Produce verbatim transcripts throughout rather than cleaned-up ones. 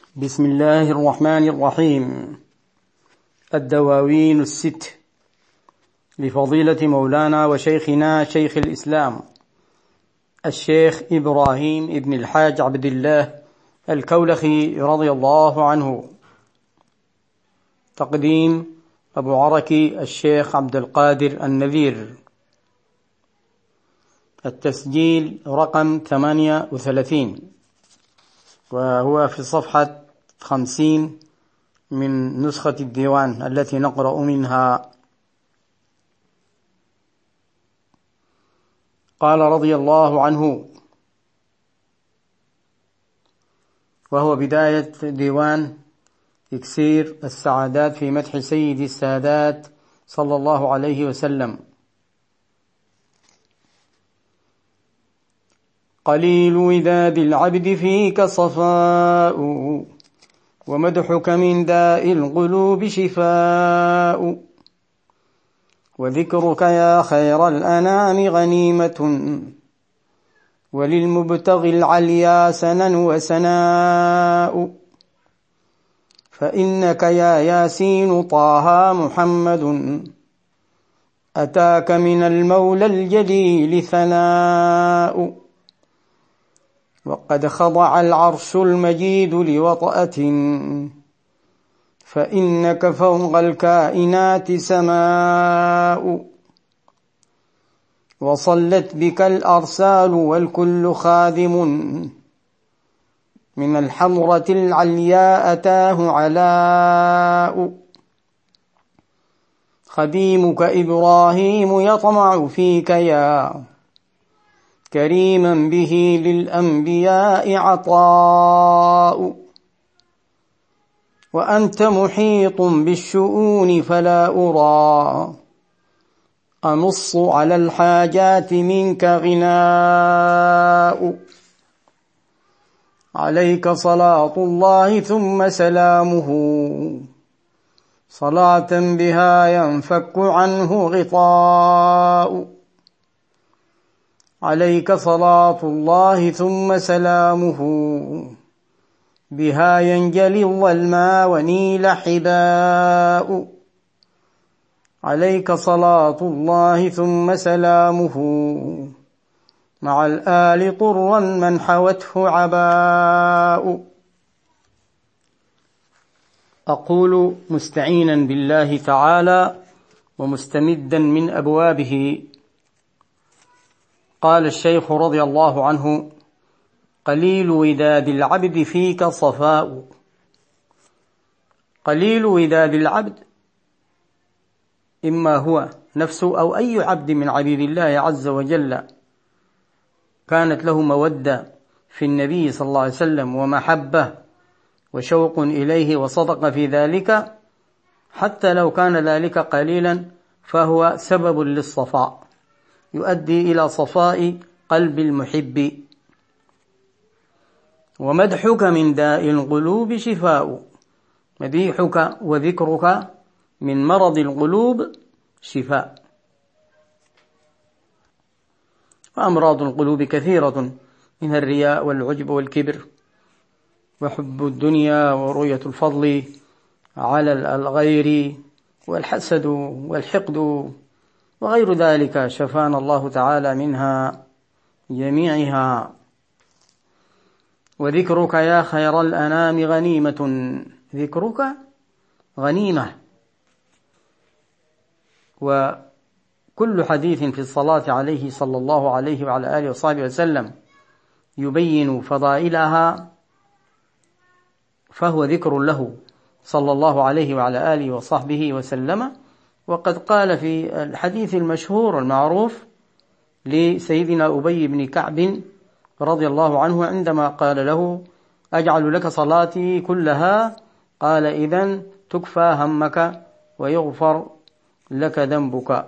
بسم الله الرحمن الرحيم. الدواوين الست لفضيلة مولانا وشيخنا شيخ الإسلام الشيخ إبراهيم ابن الحاج عبد الله الكولخي رضي الله عنه. تقديم أبو عركي الشيخ عبد القادر النذير. التسجيل رقم ثمانية وثلاثين، وهو في صفحة خمسين من نسخة الديوان التي نقرأ منها. قال رضي الله عنه، وهو بداية ديوان إكسير السعادات في مدح سيد السادات صلى الله عليه وسلم: قليل وداد العبد فيك صفاء، ومدحك من داء القلوب شفاء، وذكرك يا خير الأنام غنيمة، وللمبتغي العليا سنا وسناء، فإنك يا ياسين طه محمد، أتاك من المولى الجليل ثناء، وقد خضع العرش المجيد لوطأة، فإنك فوق الكائنات سماء، وصلت بك الأرسال والكل خادم، من الحضرة العليا أتاه علاء، خديمك إبراهيم يطمع فيك يا كريما به للأنبياء عطاء، وأنت محيط بالشؤون فلا أرى أنص على الحاجات منك غناء، عليك صلاة الله ثم سلامه، صلاة بها ينفك عنه غطاء، عليك صلاة الله ثم سلامه، بها ينجلي الظلماء ونيل حباء، عليك صلاة الله ثم سلامه، مع الآل طرا من حوته عباء. أقول مستعينا بالله تعالى ومستمدا من أبوابه. قال الشيخ رضي الله عنه: قليل وداد العبد فيك صفاء. قليل وداد العبد إما هو نفسه أو أي عبد من عبيد الله عز وجل كانت له مودة في النبي صلى الله عليه وسلم ومحبة وشوق إليه وصدق في ذلك، حتى لو كان ذلك قليلا فهو سبب للصفاء، يؤدي إلى صفاء قلب المحب. ومدحك من داء القلوب شفاء، مديحك وذكرك من مرض القلوب شفاء. وأمراض القلوب كثيرة، منها الرياء والعجب والكبر وحب الدنيا ورؤية الفضل على الغير والحسد والحقد وغير ذلك، شفانا الله تعالى منها جميعها. وذكرك يا خير الأنام غنيمة، ذكرك غنيمة. وكل حديث في الصلاة عليه صلى الله عليه وعلى آله وصحبه وسلم يبين فضائلها فهو ذكر له صلى الله عليه وعلى آله وصحبه وسلم. وقد قال في الحديث المشهور المعروف لسيدنا أبي بن كعب رضي الله عنه عندما قال له: أجعل لك صلاتي كلها؟ قال: إذن تكفى همك ويغفر لك ذنبك.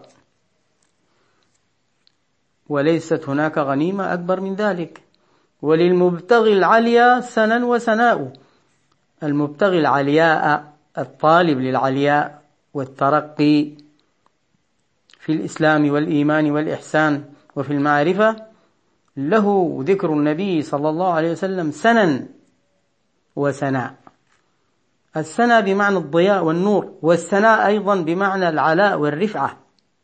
وليست هناك غنيمة أكبر من ذلك. وللمبتغي العليا سنا وسناء، المبتغي العلياء الطالب للعلياء والترقي في الإسلام والإيمان والإحسان وفي المعرفة، له ذكر النبي صلى الله عليه وسلم سنا وسناء. السنا بمعنى الضياء والنور، والسناء أيضا بمعنى العلاء والرفعة.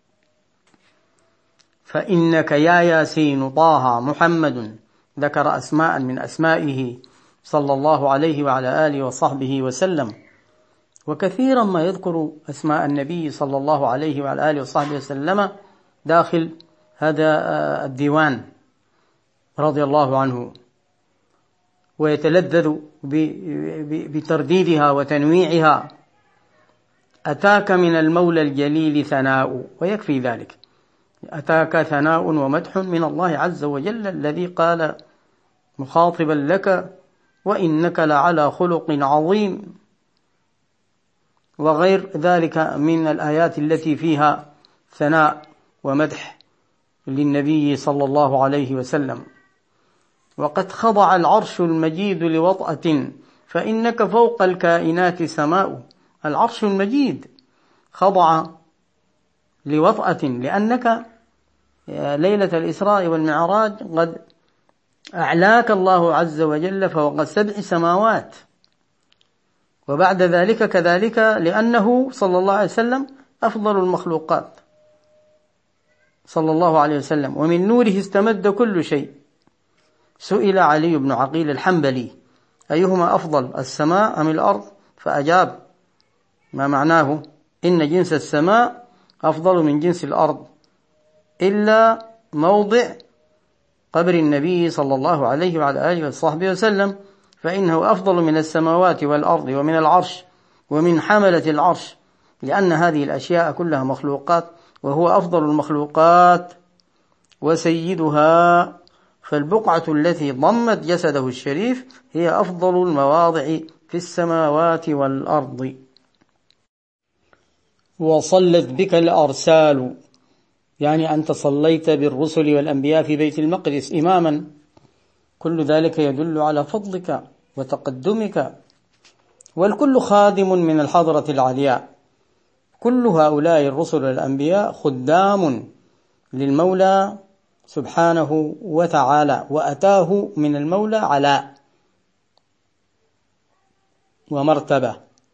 فإنك يا ياسين طه محمد، ذكر أسماء من أسمائه صلى الله عليه وعلى آله وصحبه وسلم، وكثيرا ما يذكر أسماء النبي صلى الله عليه وعلى آله وصحبه وسلم داخل هذا الديوان رضي الله عنه، ويتلذذ بترديدها وتنويعها. أتاك من المولى الجليل ثناء، ويكفي ذلك، أتاك ثناء ومدح من الله عز وجل الذي قال مخاطبا لك: وإنك لعلى خلق عظيم، وغير ذلك من الآيات التي فيها ثناء ومدح للنبي صلى الله عليه وسلم. وقد خضع العرش المجيد لوطأة، فإنك فوق الكائنات سماء. العرش المجيد خضع لوطأة، لأنك ليلة الإسراء والمعراج قد أعلاك الله عز وجل فوق سبع سماوات، وبعد ذلك كذلك لأنه صلى الله عليه وسلم أفضل المخلوقات صلى الله عليه وسلم، ومن نوره استمد كل شيء. سئل علي بن عقيل الحنبلي: أيهما أفضل، السماء أم الأرض؟ فأجاب ما معناه: إن جنس السماء أفضل من جنس الأرض، إلا موضع قبر النبي صلى الله عليه وعلى آله وصحبه وسلم، فإنه أفضل من السماوات والأرض ومن العرش ومن حملة العرش، لأن هذه الأشياء كلها مخلوقات، وهو أفضل المخلوقات وسيدها. فالبقعة التي ضمت جسده الشريف هي أفضل المواضع في السماوات والأرض. وصلت بك الأرسال، يعني أنت صليت بالرسل والأنبياء في بيت المقدس إماما، كل ذلك يدل على فضلك وتقدمك، والكل خادم من الحضرة العليا. كل هؤلاء الرسل والأنبياء خدام للمولى سبحانه وتعالى، وأتاه من المولى علاء ومرتبة.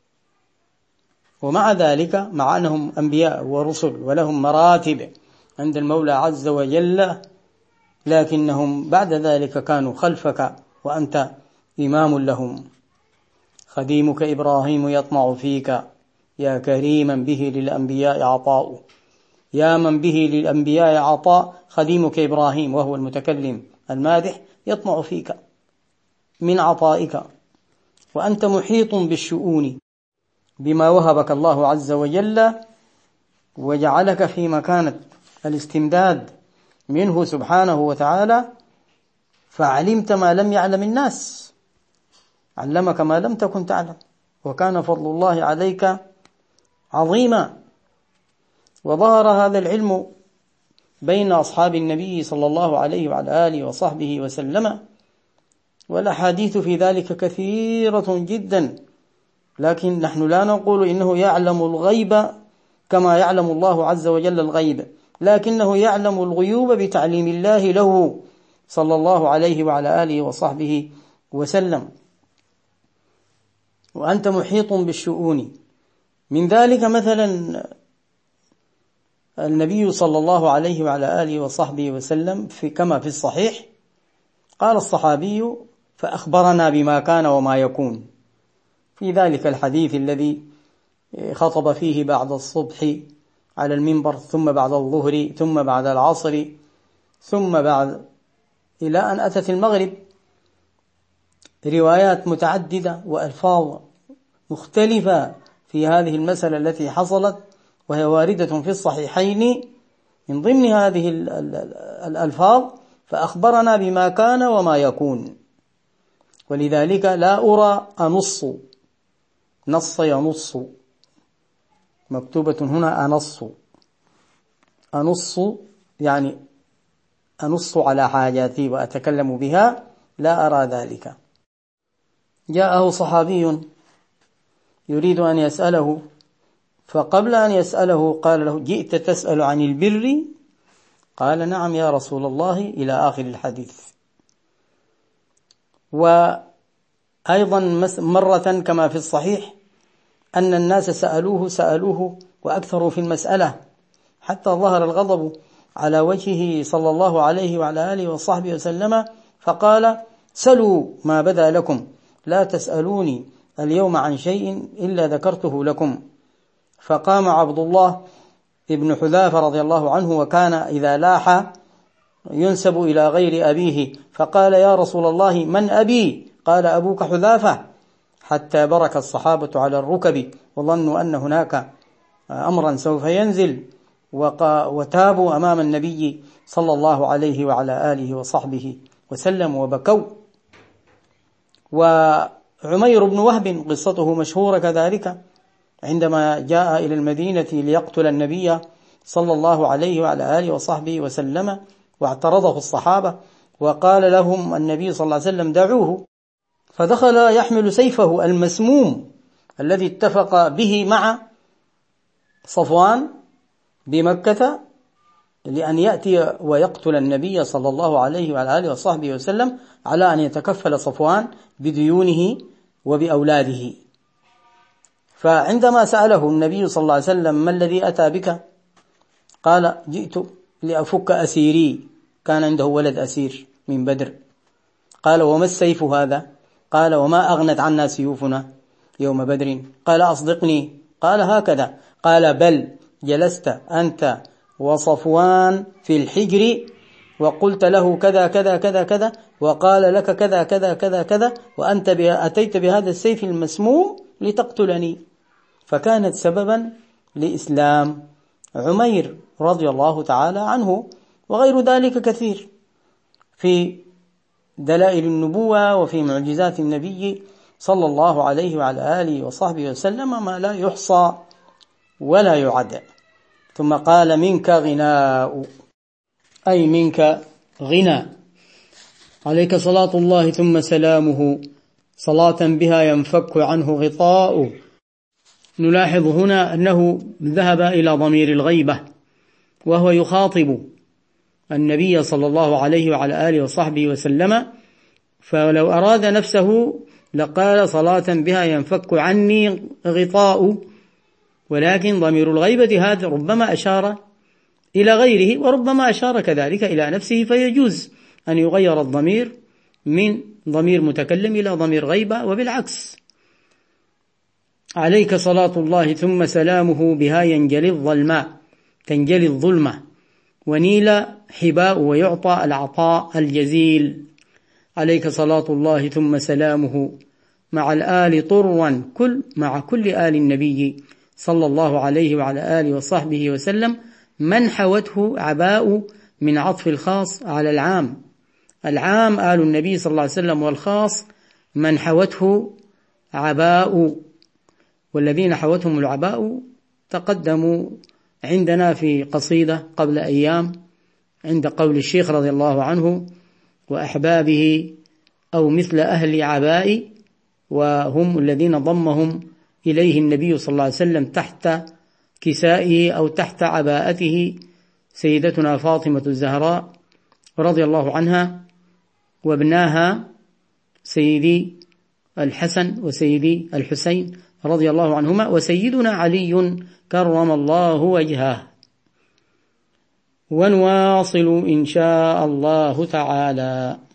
ومع ذلك، مع أنهم أنبياء ورسل ولهم مراتب عند المولى عز وجل، لكنهم بعد ذلك كانوا خلفك وأنت إمام لهم. خديمك إبراهيم يطمع فيك، يا كريما به للأنبياء عطاء. يا من به للأنبياء عطاء، خديمك إبراهيم وهو المتكلم المادح يطمع فيك من عطائك، وأنت محيط بالشؤون بما وهبك الله عز وجل، وجعلك في مكانة الاستمداد منه سبحانه وتعالى، فعلمت ما لم يعلم الناس، علمك ما لم تكن تعلم، وكان فضل الله عليك عظيما. وظهر هذا العلم بين أصحاب النبي صلى الله عليه وعلى آله وصحبه وسلم، والأحاديث في ذلك كثيرة جدا، لكن نحن لا نقول إنه يعلم الغيب كما يعلم الله عز وجل الغيب، لكنه يعلم الغيوب بتعليم الله له صلى الله عليه وعلى آله وصحبه وسلم. وأنت محيط بالشؤون. من ذلك مثلا النبي صلى الله عليه وعلى آله وصحبه وسلم في كما في الصحيح قال الصحابي: فأخبرنا بما كان وما يكون، في ذلك الحديث الذي خطب فيه بعد الصبح على المنبر، ثم بعد الظهر، ثم بعد العصر، ثم بعد إلى أن أتت المغرب، روايات متعددة وألفاظ مختلفة في هذه المسألة التي حصلت، وهي واردة في الصحيحين. من ضمن هذه الألفاظ: فأخبرنا بما كان وما يكون. ولذلك لا أرى أنص، نص ينص، مكتوبة هنا أنص، أنص يعني أنص على حاجاتي وأتكلم بها، لا أرى ذلك. جاءه صحابي يريد أن يسأله، فقبل أن يسأله قال له: جئت تسأل عن البر؟ قال: نعم يا رسول الله، إلى آخر الحديث. وأيضا مرة كما في الصحيح أن الناس سألوه سألوه وأكثروا في المسألة، حتى ظهر الغضب على وجهه صلى الله عليه وعلى آله وصحبه وسلم، فقال: سلوا ما بدا لكم، لا تسألوني اليوم عن شيء إلا ذكرته لكم. فقام عبد الله ابن حذافة رضي الله عنه، وكان إذا لاح ينسب إلى غير أبيه، فقال: يا رسول الله، من أبي؟ قال: أبوك حذافة. حتى برك الصحابة على الركب وظنوا أن هناك أمرا سوف ينزل، وتابوا أمام النبي صلى الله عليه وعلى آله وصحبه وسلم وبكوا. وعمير بن وهب قصته مشهورة كذلك، عندما جاء إلى المدينة ليقتل النبي صلى الله عليه وعلى آله وصحبه وسلم، واعترضه الصحابة، وقال لهم النبي صلى الله عليه وسلم: دعوه. فدخل يحمل سيفه المسموم الذي اتفق به مع صفوان بمكة لأن يأتي ويقتل النبي صلى الله عليه وعلى آله وصحبه وسلم، على أن يتكفل صفوان بديونه وبأولاده. فعندما سأله النبي صلى الله عليه وسلم: ما الذي أتى بك؟ قال: جئت لأفك أسيري، كان عنده ولد أسير من بدر. قال: وما السيف هذا؟ قال: وما أغنت عنا سيوفنا يوم بدر. قال: أصدقني. قال: هكذا. قال: بل جلست أنت وصفوان في الحجر وقلت له كذا كذا كذا كذا، وقال لك كذا كذا كذا كذا، وأنت أتيت بهذا السيف المسموم لتقتلني. فكانت سببا لإسلام عمير رضي الله تعالى عنه. وغير ذلك كثير في دلائل النبوة وفي معجزات النبي صلى الله عليه وعلى آله وصحبه وسلم ما لا يحصى ولا يعد. ثم قال: منك غناء، أي منك غنى، عليك صلاة الله ثم سلامه، صلاة بها ينفك عنه غطاء. نلاحظ هنا أنه ذهب إلى ضمير الغيبة، وهو يخاطب النبي صلى الله عليه وعلى آله وصحبه وسلم، فلو أراد نفسه لقال: صلاة بها ينفك عني غطاء، ولكن ضمير الغيبة هذا ربما أشار إلى غيره، وربما أشار كذلك إلى نفسه، فيجوز أن يغير الضمير من ضمير متكلم إلى ضمير غيبة، وبالعكس. عليك صلاة الله ثم سلامه، بها ينجلي الظلماء، تنجلي الظلمة، ونيل حباء، ويعطى العطاء الجزيل. عليك صلاة الله ثم سلامه، مع الآل طروا، كل مع كل آل النبي صلى الله عليه وعلى آله وصحبه وسلم، من حوته عباء، من عطف الخاص على العام. العام آل النبي صلى الله عليه وسلم، والخاص من حوته عباء. والذين حوتهم العباء تقدموا عندنا في قصيدة قبل أيام عند قول الشيخ رضي الله عنه: وأحبابه أو مثل أهل عباء، وهم الذين ضمهم إليه النبي صلى الله عليه وسلم تحت كسائه أو تحت عباءته سيدتنا فاطمة الزهراء رضي الله عنها، وابناها سيدي الحسن وسيدي الحسين رضي الله عنهما، وسيدنا علي كرم الله وجهه. ونواصل إن شاء الله تعالى.